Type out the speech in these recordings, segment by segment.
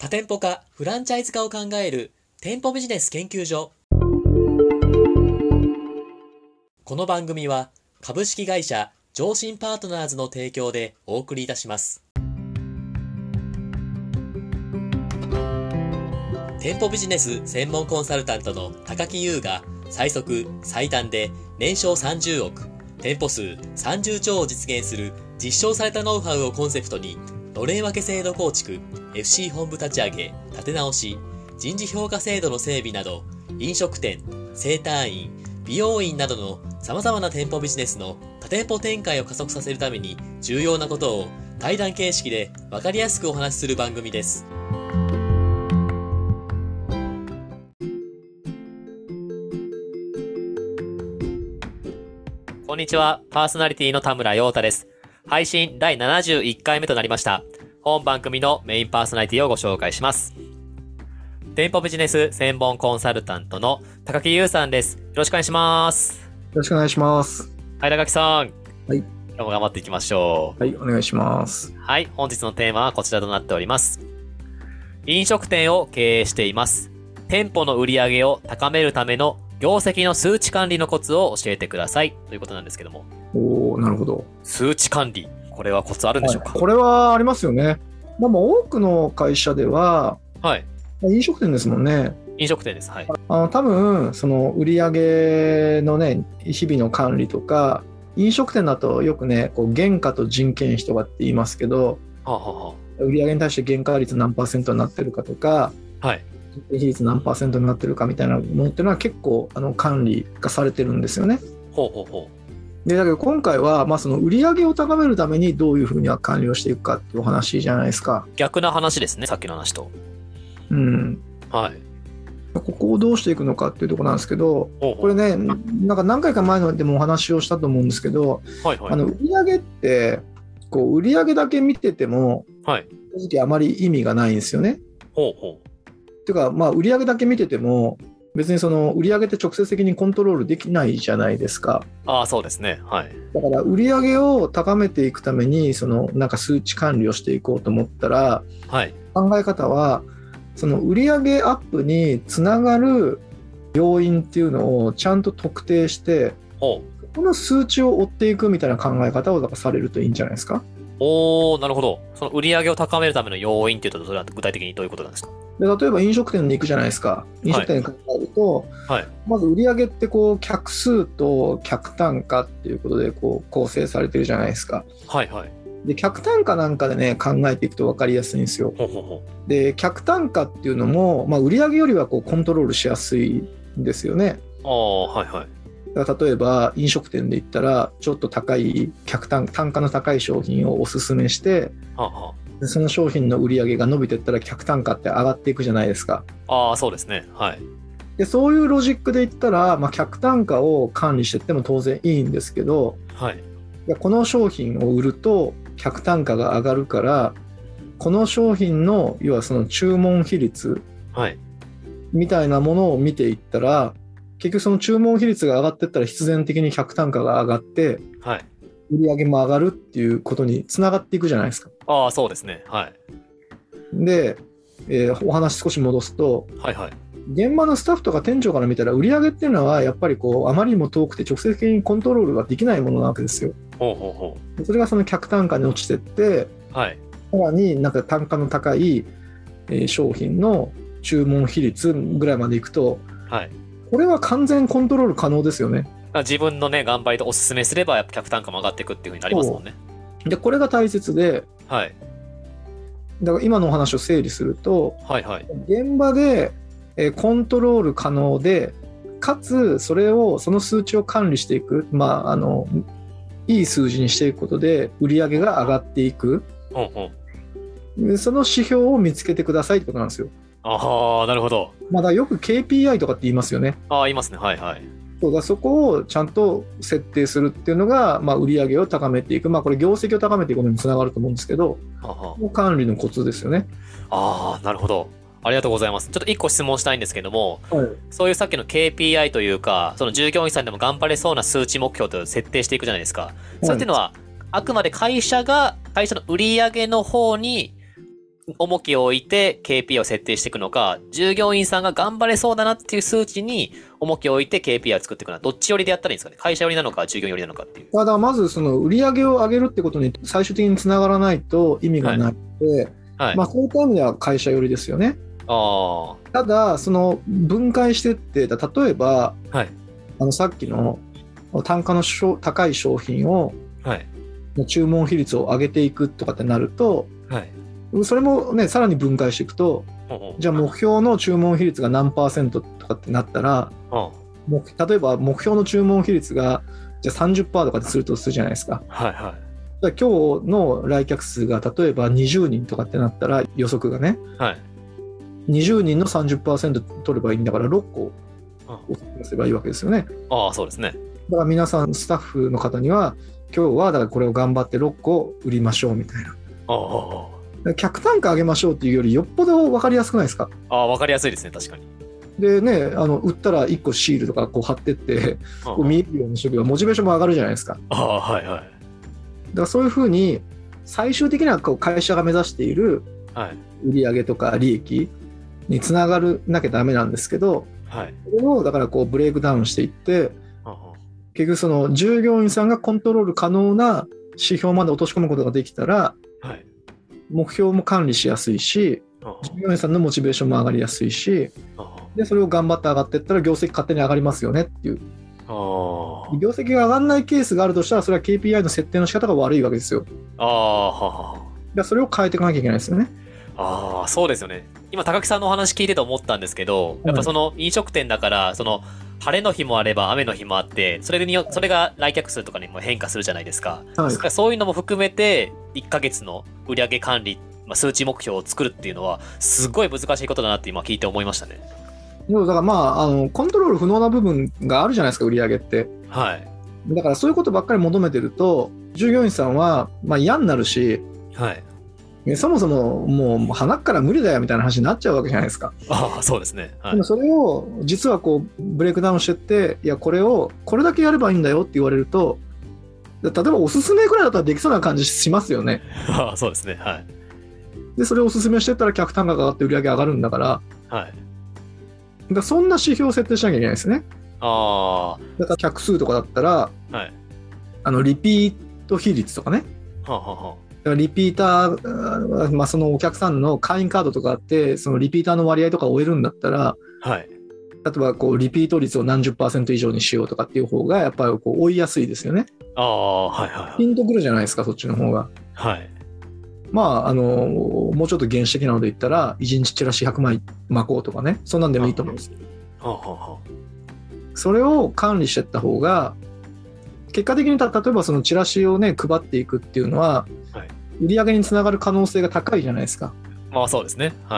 多店舗化、フランチャイズ化を考える店舗ビジネス研究所。この番組は株式会社上信パートナーズの提供でお送りいたします。店舗ビジネス専門コンサルタントの高木優が最速最短で年商30億、店舗数30兆を実現する実証されたノウハウをコンセプトに、のれん分け制度構築、FC 本部立ち上げ、立て直し、人事評価制度の整備など、飲食店、整体院、美容院などの様々な店舗ビジネスの多店舗展開を加速させるために重要なことを対談形式で分かりやすくお話しする番組です。こんにちは、パーソナリティの田村陽太です。配信第71回目となりました。本番組のメインパーソナリティをご紹介します。店舗ビジネス専門コンサルタントの高木優さんです。よろしくお願いします。 よろしくお願いします。 はい、高木さん。 はい。 今日も頑張っていきましょう。 はい、お願いします。 はい、本日のテーマはこちらとなっております。飲食店を経営しています。店舗の売り上げを高めるための業績の数値管理のコツを教えてくださいということなんですけども。 おー、なるほど。 数値管理、これはコツあるんでしょうか？ これはありますよね。多くの会社では、 はい。 飲食店ですもんね。 飲食店です。はい。 多分、その売上のね、日々の管理とか、飲食店だとよくね、こう原価と人件費とかって言いますけど、売上に対して原価率何%になってるかとか、 はい。 人件費率何%になってるかみたいなのっていうのは結構管理がされてるんですよね。 ほうほうほう。 でだけど今回は、その売り上げを高めるためにどういうふうには管理をしていくかっていうお話じゃないですか。 逆な話ですね、さっきの話と。 うん。 はい。 ここをどうしていくのかっていうところなんですけど、これね、なんか何回か前のでもお話をしたと思うんですけど、 はいはい、 売り上げってこう売り上げだけ見てても、 はい、 正直あまり意味がないんですよね。 ほうほう。 っていうか、売り上げだけ見てても別にその売り上げって直接的にコントロールできないじゃないですか。 ああ、そうですね。はい。 だから売り上げを高めていくためにそのなんか数値管理をしていこうと思ったら、 はい、 考え方はその売上アップにつながる要因っていうのをちゃんと特定して、この数値を追っていくみたいな考え方をだからされるといいんじゃないですか。 おー、なるほど。その売上を高めるための要因っていうと、それは具体的にどういうことなんですか？ で例えば飲食店に行くじゃないですか。飲食店に考えると、 はい、 まず売上ってこう客数と客単価っていうことでこう構成されてるじゃないですか。 はいはい。 で客単価なんかでね考えていくと分かりやすいんですよ。 ほうほうほう。で客単価っていうのも、売上よりはこうコントロールしやすいんですよね。 ああ、はいはい。 だから例えば飲食店で言ったらちょっと高い単価の高い商品をおすすめして、でその商品の売り上げが伸びていったら客単価って上がっていくじゃないですか。 ああ、そうですね。はい。 でそういうロジックで言ったら、客単価を管理していっても当然いいんですけど、 はい。 いやこの商品を売ると客単価が上がるから、この商品の要はその注文比率みたいなものを見ていったら、結局その注文比率が上がっていったら必然的に客単価が上がって、 はい、 売り上げも上がるっていうことにつながっていくじゃないですか。 ああ、そうですね。はい。 で、お話少し戻すと、 はいはい。 現場のスタッフとか店長から見たら売り上げっていうのはやっぱりこうあまりにも遠くて直接的にコントロールができないものなわけですよ。 ほうほうほう。それがその客単価に落ちてって、 はい、 さらになんか単価の高い、商品の注文比率ぐらいまでいくと、 はい、 これは完全コントロール可能ですよね。 自分のね頑張りとおすすめすればやっぱ客単価も上がっていくっていう風になりますもんね。 でこれが大切で、 はい、 だから今のお話を整理すると、 はいはい、 現場でコントロール可能で、かつその数値を管理していく、いい数字にしていくことで売り上げが上がっていく、その指標を見つけてくださいってことなんですよ。 ああ、なるほど。 だからよく KPI とかって言いますよね。 ああ、言いますね。はいはい。 そうだ、そこをちゃんと設定するっていうのが、売り上げを高めていく、これ業績を高めていくことにつながると思うんですけど、管理のコツですよね。 ああ、なるほど。ありがとうございます。ちょっと1個質問したいんですけども、はい、そういうさっきの KPI というか、その従業員さんでも頑張れそうな数値目標と設定していくじゃないですか。それっていうのは、あくまで会社の売り上げの方に重きを置いて KPI を設定していくのか、従業員さんが頑張れそうだなっていう数値に重きを置いて KPI を作っていくのは、どっち寄りでやったらいいんですかね。会社寄りなのか、従業員寄りなのかっていう。 だからまずその売り上げを上げるってことに最終的につながらないと意味がないので、 はい。 まあそういった意味では会社寄りですよね。 あただ、その分解してって、例えば、 あ。はい。 さっきの単価の高い商品を、 はい。 注文比率を上げていくとかってなると、 はい。 それもね、さらに分解していくと、 ほうほう。 じゃあ目標の注文比率が何パーセントとかってなったら、例えば目標の注文比率がじゃあ 30% とかでするとするじゃないですか。 はいはい。 じゃあ今日の来客数が例えば20人とかってなったら、予測がね、 はい。 20人の 30% 取ればいいんだから6個おすすめすればいいわけですよね。 ああ、そうですね。 だから皆さんスタッフの方には今日はだからこれを頑張って6個売りましょうみたいな。 あ客単価上げましょうっていうよりよっぽど分かりやすくないですか。 あ。ああ、わかりやすいですね、確かに。 でね、売ったら1個シールとかこう貼ってってこう見えるようにしておけばモチベーションも上がるじゃないですか。 ああ、はいはい。 だからそういうふうに最終的にはこう会社が目指している売上とか利益につながるなきゃダメなんですけど、 はい。 それをだからこうブレイクダウンしていって、結局その従業員さんがコントロール可能な指標まで落とし込むことができたら、 はい。 目標も管理しやすいし、従業員さんのモチベーションも上がりやすいし、でそれを頑張って上がっていったら業績勝手に上がりますよねっていう。業績が上がらないケースがあるとしたら、それは KPI の設定の仕方が悪いわけですよ。それを変えていかなきゃいけないですよね。 ああ、そうですよね。今、高木さんのお話聞いてて思ったんですけど、やっぱその飲食店だから、その晴れの日もあれば雨の日もあって、それが来客数とかにも変化するじゃないですか。はい、そういうのも含めて、1ヶ月の売上管理、数値目標を作るっていうのは、すごい難しいことだなって今聞いて思いましたね。 だからコントロール不能な部分があるじゃないですか、売上って。はい。だからそういうことばっかり求めてると、従業員さんは嫌になるし、はい。そもそももう鼻から無理だよみたいな話になっちゃうわけじゃないですか。 ああ、そうですね。はい、 でもそれを実はこうブレイクダウンしてって、いやこれだけやればいいんだよって言われると、例えばおすすめぐらいだったらできそうな感じしますよね。 ああ、そうですね。はい。 でそれをおすすめしてったら客単価が上がって売り上げ上がるんだから、はい。だそんな指標を設定しなきゃいけないですね。ああ。だから客数とかだったら、はい。リピート比率とかね。はあはあリピーター、そのお客さんの会員カードとかあって、そのリピーターの割合とかを終えるんだったら、はい、例えばこうリピート率を何十%以上にしようとかっていう方がやっぱりこう追いやすいですよね。ああ、はいはい。ピンとくるじゃないですか、そっちの方が。はい。もうちょっと原始的なので言ったら、1日チラシ100枚巻こうとかね、そんなんでもいいと思うんですよ。それを管理していった方が、結果的に例えばそのチラシをね配っていくっていうのは、はい、売り上げにつながる可能性が高いじゃないですか。まあそうですね。はい。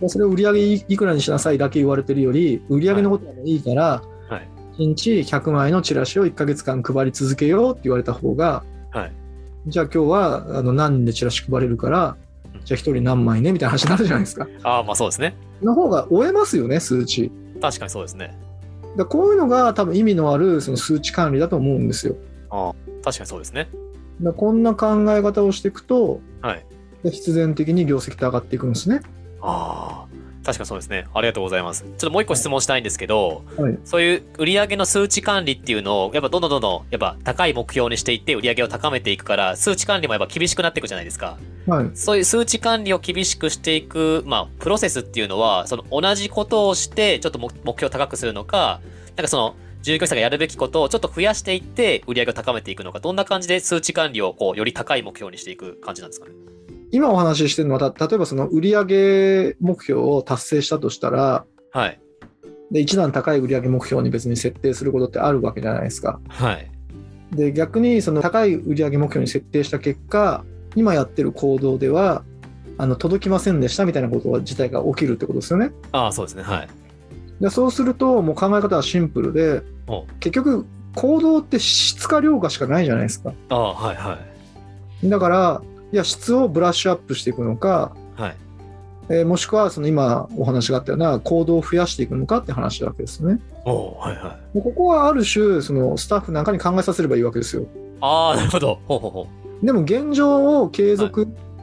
それを売り上げいくらにしなさいだけ言われてるより、売り上げのことでもいいから、はい、1日100枚のチラシを1ヶ月間配り続けようって言われた方が、はい、じゃあ今日は何人でチラシ配れるから、じゃあ1人何枚ねみたいな話になるじゃないですか。ああ、まあそうですね。の方が追えますよね、数値。確かにそうですね。だこういうのが多分意味のあるその数値管理だと思うんですよ。ああ、確かにそうですね。だこんな考え方をしていくと、はい、必然的に業績って上がっていくんですね。ああ、確かにそうですね。ありがとうございます。ちょっともう一個質問したいんですけど、はい、そういう売上の数値管理っていうのをやっぱどんどんやっぱ高い目標にしていって売上を高めていくから、数値管理もやっぱ厳しくなっていくじゃないですか。はい、そういう数値管理を厳しくしていく、プロセスっていうのは、その同じことをしてちょっと目標を高くするのか、なんかその従業員さんがやるべきことをちょっと増やしていって売り上げを高めていくのか、どんな感じで数値管理をこうより高い目標にしていく感じなんですかね。今お話ししてるのは、例えばその売上目標を達成したとしたら、はい、で一段高い売上目標に別に設定することってあるわけじゃないですか。はい、で逆にその高い売上目標に設定した結果、今やってる行動では届きませんでしたみたいなこと自体が起きるってことですよね。ああ、そうですね。はい。でそうするともう考え方はシンプルで、結局行動って質か量かしかないじゃないですか。ああ、はいはい。だからいや質をブラッシュアップしていくのか、はい、もしくはその今お話があったような行動を増やしていくのかって話なわけですよね。はいはい、ここはある種そのスタッフなんかに考えさせればいいわけですよ。ああ、なるほど。ほうほうほう。でも現状を継続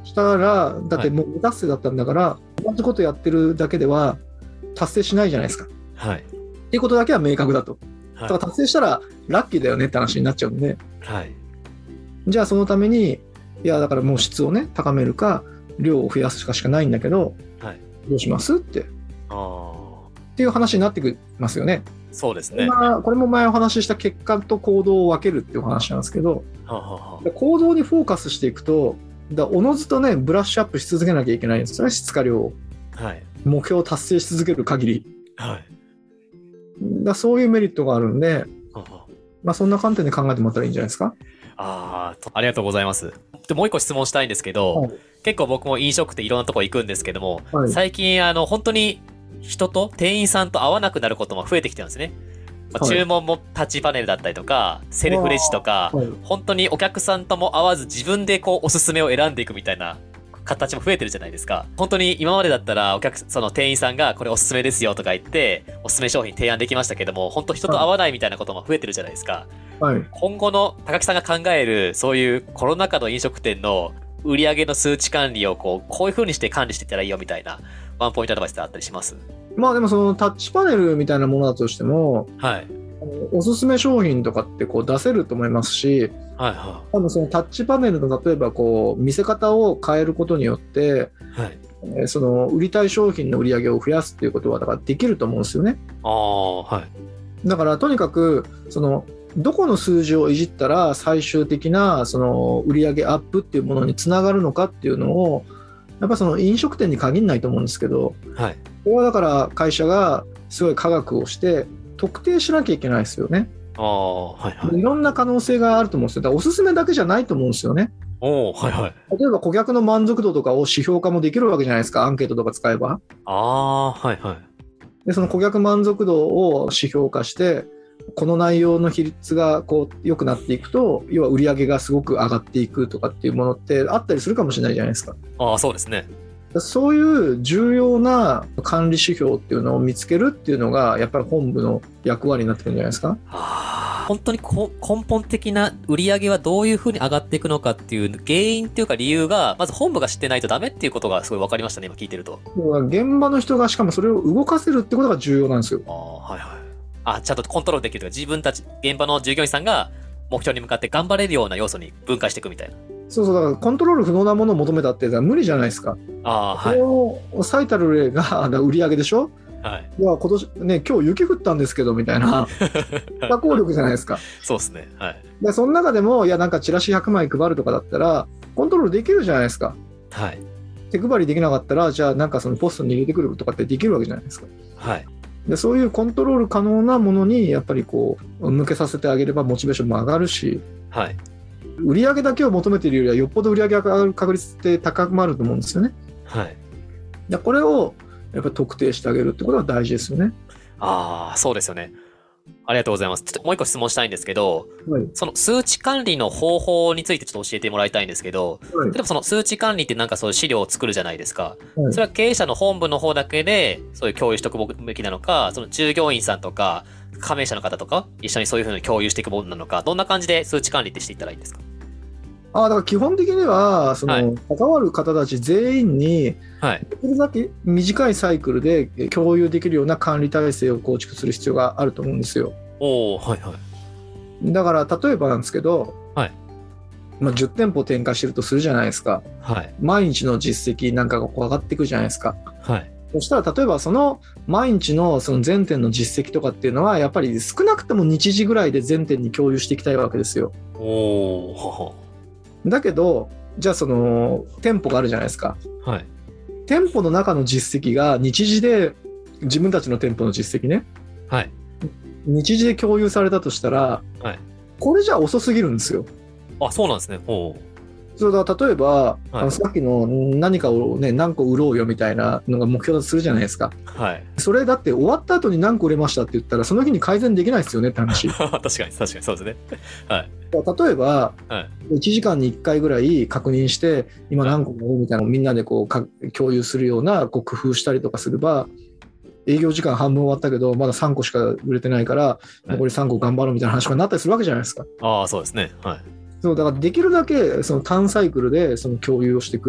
したら、だってもう未達成だったんだから、同じことやってるだけでは達成しないじゃないですか。 はい。 っていうことだけは明確だと。だから達成したらラッキーだよねって話になっちゃうんで、 はい。 じゃあそのために、いやだからもう質をね、高めるか、量を増やすしかないんだけど、 はい。 どうしますっていう話になってきますよね。 そうですね。 これも前お話しした結果と行動を分けるっていう話なんですけど、行動にフォーカスしていくと、おのずとね、ブラッシュアップし続けなきゃいけないんです。それは質化量を、 はい、 目標を達成し続ける限り、 はい、 そういうメリットがあるんで、そんな観点で考えてもらったらいいんじゃないですか。 ありがとうございます。でもう一個質問したいんですけど、はい、結構僕も飲食店いろんなとこ行くんですけども、はい、最近本当に人と店員さんと会わなくなることも増えてきてるんですね。注文もタッチパネルだったりとか、セルフレジとか、本当にお客さんとも会わず自分でこうおすすめを選んでいくみたいな形も増えてるじゃないですか。本当に今までだったらその店員さんがこれおすすめですよとか言っておすすめ商品提案できましたけども、本当人と会わないみたいなことも増えてるじゃないですか。はい、今後の高木さんが考えるそういうコロナ禍の飲食店の売上の数値管理をこういう風にして管理していったらいいよみたいなワンポイントアドバイスってあったりします？ でもそのタッチパネルみたいなものだとしても、はい、おすすめ商品とかってこう出せると思いますし、はいはい、多分そのタッチパネルの例えばこう見せ方を変えることによって、はい、その売りたい商品の売り上げを増やすっていうことはだからできると思うんですよね。はい、だからとにかくそのどこの数字をいじったら最終的なその売り上げアップっていうものにつながるのかっていうのをやっぱその飲食店に限らないと思うんですけど、はい、これはだから会社がすごい科学をして特定しなきゃいけないですよね。はいはい、いろんな可能性があると思うんですよ。だからおすすめだけじゃないと思うんですよね。はいはい、例えば顧客の満足度とかを指標化もできるわけじゃないですか、アンケートとか使えば。はいはい、でその顧客満足度を指標化してこの内容の比率がこう良くなっていくと、要は売り上げがすごく上がっていくとかっていうものってあったりするかもしれないじゃないですか。 そうですね。 そういう重要な管理指標っていうのを見つけるっていうのがやっぱり本部の役割になってくるんじゃないですか。 本当に根本的な売り上げはどういうふうに上がっていくのかっていう原因っていうか理由がまず本部が知ってないとダメっていうことがすごい分かりましたね、今聞いてると。 現場の人がしかもそれを動かせるってことが重要なんですよ。 はいはい。ちゃんとコントロールできるというか、自分たち現場の従業員さんが目標に向かって頑張れるような要素に分解していくみたいな。 そうだからコントロール不能なものを求めたって無理じゃないですか。はい、この最たる例が売り上げでしょ。はい、今日雪降ったんですけどみたいな不可抗力じゃないですか。 そうですね。はい。 でその中でもなんかチラシ100枚配るとかだったらコントロールできるじゃないですか。はい。手配りできなかったらじゃあなんかそのポストに入れてくるとかってできるわけじゃないですか。はい。でそういうコントロール可能なものにやっぱりこう向けさせてあげればモチベーションも上がるし、はい、売上だけを求めているよりはよっぽど売上が上がる確率って高くなると思うんですよね。はい、でこれをやっぱり特定してあげるってことが大事ですよね。 そうですよね。ありがとうございます。ちょっともう一個質問したいんですけど、はい、その数値管理の方法についてちょっと教えてもらいたいんですけど、はい、例えばその数値管理ってなんかそういう資料を作るじゃないですか。はい、それは経営者の本部の方だけでそういう共有しておくべきなのか、その従業員さんとか加盟者の方とか一緒にそういうふうに共有していくものなのか、どんな感じで数値管理ってしていったらいいんですか？ だから基本的にはその関わる方たち全員にできるだけ短いサイクルで共有できるような管理体制を構築する必要があると思うんですよ。はいはい、だから例えばなんですけど、はい10店舗展開してるとするじゃないですか。はい、毎日の実績なんかが上がっていくじゃないですか。はい、そしたら例えばその毎日のその全店の実績とかっていうのはやっぱり少なくとも日時ぐらいで全店に共有していきたいわけですよ。だけどじゃあその店舗があるじゃないですか。はい、店舗の中の実績が日時で自分たちの店舗の実績ね、はい、日時で共有されたとしたら、はい、これじゃ遅すぎるんですよ。 そうなんですね。 そうだ例えば、はい、さっきの何かをね何個売ろうよみたいなのが目標だとするじゃないですか。はい、それだって終わった後に何個売れましたって言ったらその日に改善できないですよねって話。 確かにそうですね。はい、 例えば、はい、1時間に1回ぐらい確認して今何個売るみたいなのをみんなでこう共有するようなこう工夫したりとかすれば、営業時間半分終わったけどまだ3個しか売れてないから残り3個頑張ろうみたいな話がなったりするわけじゃないですか。 そうですね。はい。 そうだからできるだけその単サイクルでその共有をしていく。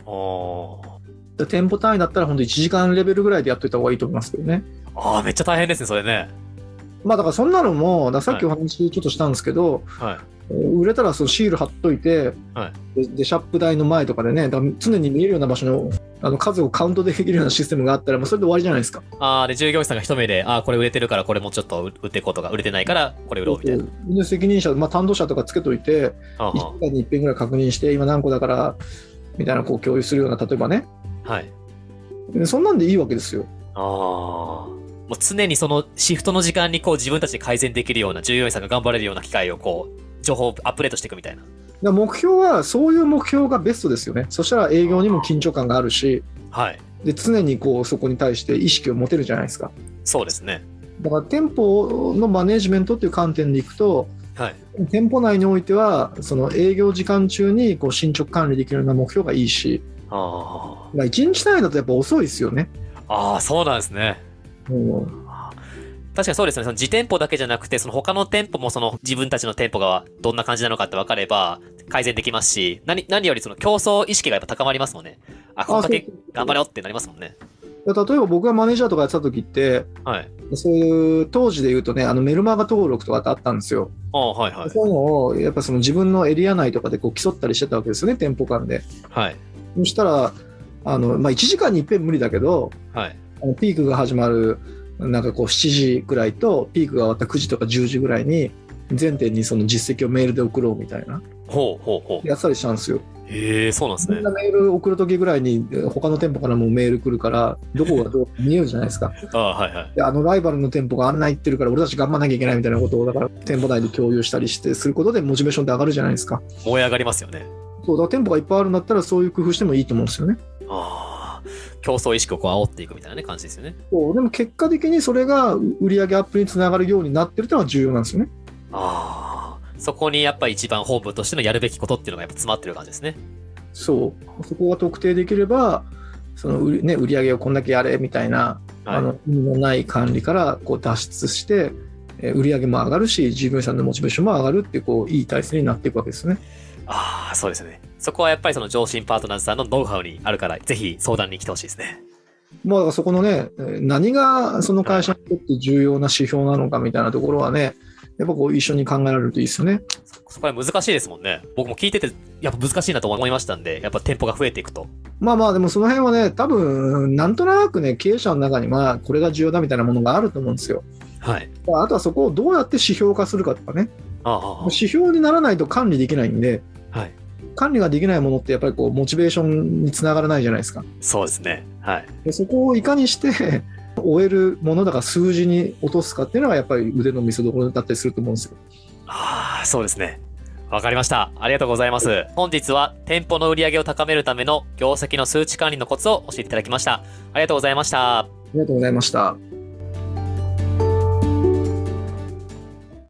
で店舗単位だったら本当1時間レベルぐらいでやっといた方がいいと思いますけどね。 ああ、めっちゃ大変ですね、それね。 まあだからそんなのも、だからさっきお話ちょっとしたんですけど、 はい。 売れたらそのシール貼っといて、 はい。 でシャップ台の前とかでね、だから常に見えるような場所の数をカウントできるようなシステムがあったら、もうそれで終わりじゃないですか。 ああ、で、従業員さんが一目で、ああ、これ売れてるから、これもうちょっと売っていこうとか、売れてないから、これ売ろうみたいな。 で責任者、まあ、担当者とかつけといて、 は 1時間に1遍ぐらい確認して、今何個だから、みたいなこう共有するような、例えばね。 はい。 そんなんでいいわけですよ。 ああ。もう常にそのシフトの時間にこう自分たちで改善できるような、従業員さんが頑張れるような機会をこう、情報をアップデートしていくみたいな。 目標は、そういう目標がベストですよね。そしたら営業にも緊張感があるし、 はい。 で常にこうそこに対して意識を持てるじゃないですか。 そうですね。 だから店舗のマネジメントっていう観点でいくと、 はい。 店舗内においてはその営業時間中にこう進捗管理できるような目標がいいし、 あまあ、1日単位だとやっぱ遅いですよね。 あ。ああ、そうなんですね。確かにそうですね。その自店舗だけじゃなくて、その他の店舗もその自分たちの店舗がどんな感じなのかって分かれば改善できますし、何よりその競争意識がやっぱ高まりますもんね。あ、こんだけ頑張れよってなりますもんね。 例えば僕がマネージャーとかやってた時って、 はい。 そういう当時で言うとね、メルマガ登録とかってあったんですよ。 ああ、はいはい。 そういうのをやっぱその自分のエリア内とかでこう競ったりしてたわけですよね、店舗間で。 はい。 そしたらまあ、1時間に一遍無理だけど、 はい。 ピークが始まるなんかこう7時くらいとピークが終わった9時とか10時ぐらいに全店にその実績をメールで送ろうみたいなほうほうほう。 やったりしたんですよ。 へえ、そうなんですね。 みんなメール送るときぐらいに他の店舗からもメール来るからどこがどう見えるじゃないですか。 ああ、はいはい。 でライバルの店舗があんな言ってるから俺たち頑張らなきゃいけないみたいなことをだから店舗内で共有したりしてすることでモチベーションって上がるじゃないですか。 燃え上がりますよね。 そうだから店舗がいっぱいあるんだったらそういう工夫してもいいと思うんですよね。 ああ、競争意識をこう煽っていくみたいなね、感じですよね。 そうでも結果的にそれが売上アップにつながるようになってるっていうのは重要なんですよね。 ああ、そこにやっぱり一番本部としてのやるべきことっていうのがやっぱ詰まってる感じですね。 そこが特定できればその売上をこんだけやれみたいな、 はい、 意味のない管理からこう脱出して売上も上がるし従業員さんのモチベーションも上がるっていう、こういい体制になっていくわけですね。 ああ、そうですね。そこはやっぱりその上信パートナーズさんのノウハウにあるから、ぜひ相談に来てほしいですね。 だからそこのね、何がその会社にとって重要な指標なのかみたいなところはね、やっぱこう一緒に考えられるといいですよね。 そこは難しいですもんね。僕も聞いてて、やっぱ難しいなと思いましたんで、やっぱ店舗が増えていくと。 まあでもその辺はね、多分なんとなくね、経営者の中にはこれが重要だみたいなものがあると思うんですよ。 はい。 あとはそこをどうやって指標化するかとかね。 ああ、 指標にならないと管理できないんで、 はい。 管理ができないものってやっぱりこうモチベーションにつながらないじゃないですか。 そうですね。はい。 でそこをいかにして終えるものだから数字に落とすかっていうのがやっぱり腕の見せ所だったりすると思うんですよ。 ああ、そうですね。わかりました。ありがとうございます。本日は店舗の売り上げを高めるための業績の数値管理のコツを教えていただきました。ありがとうございました。 ありがとうございました。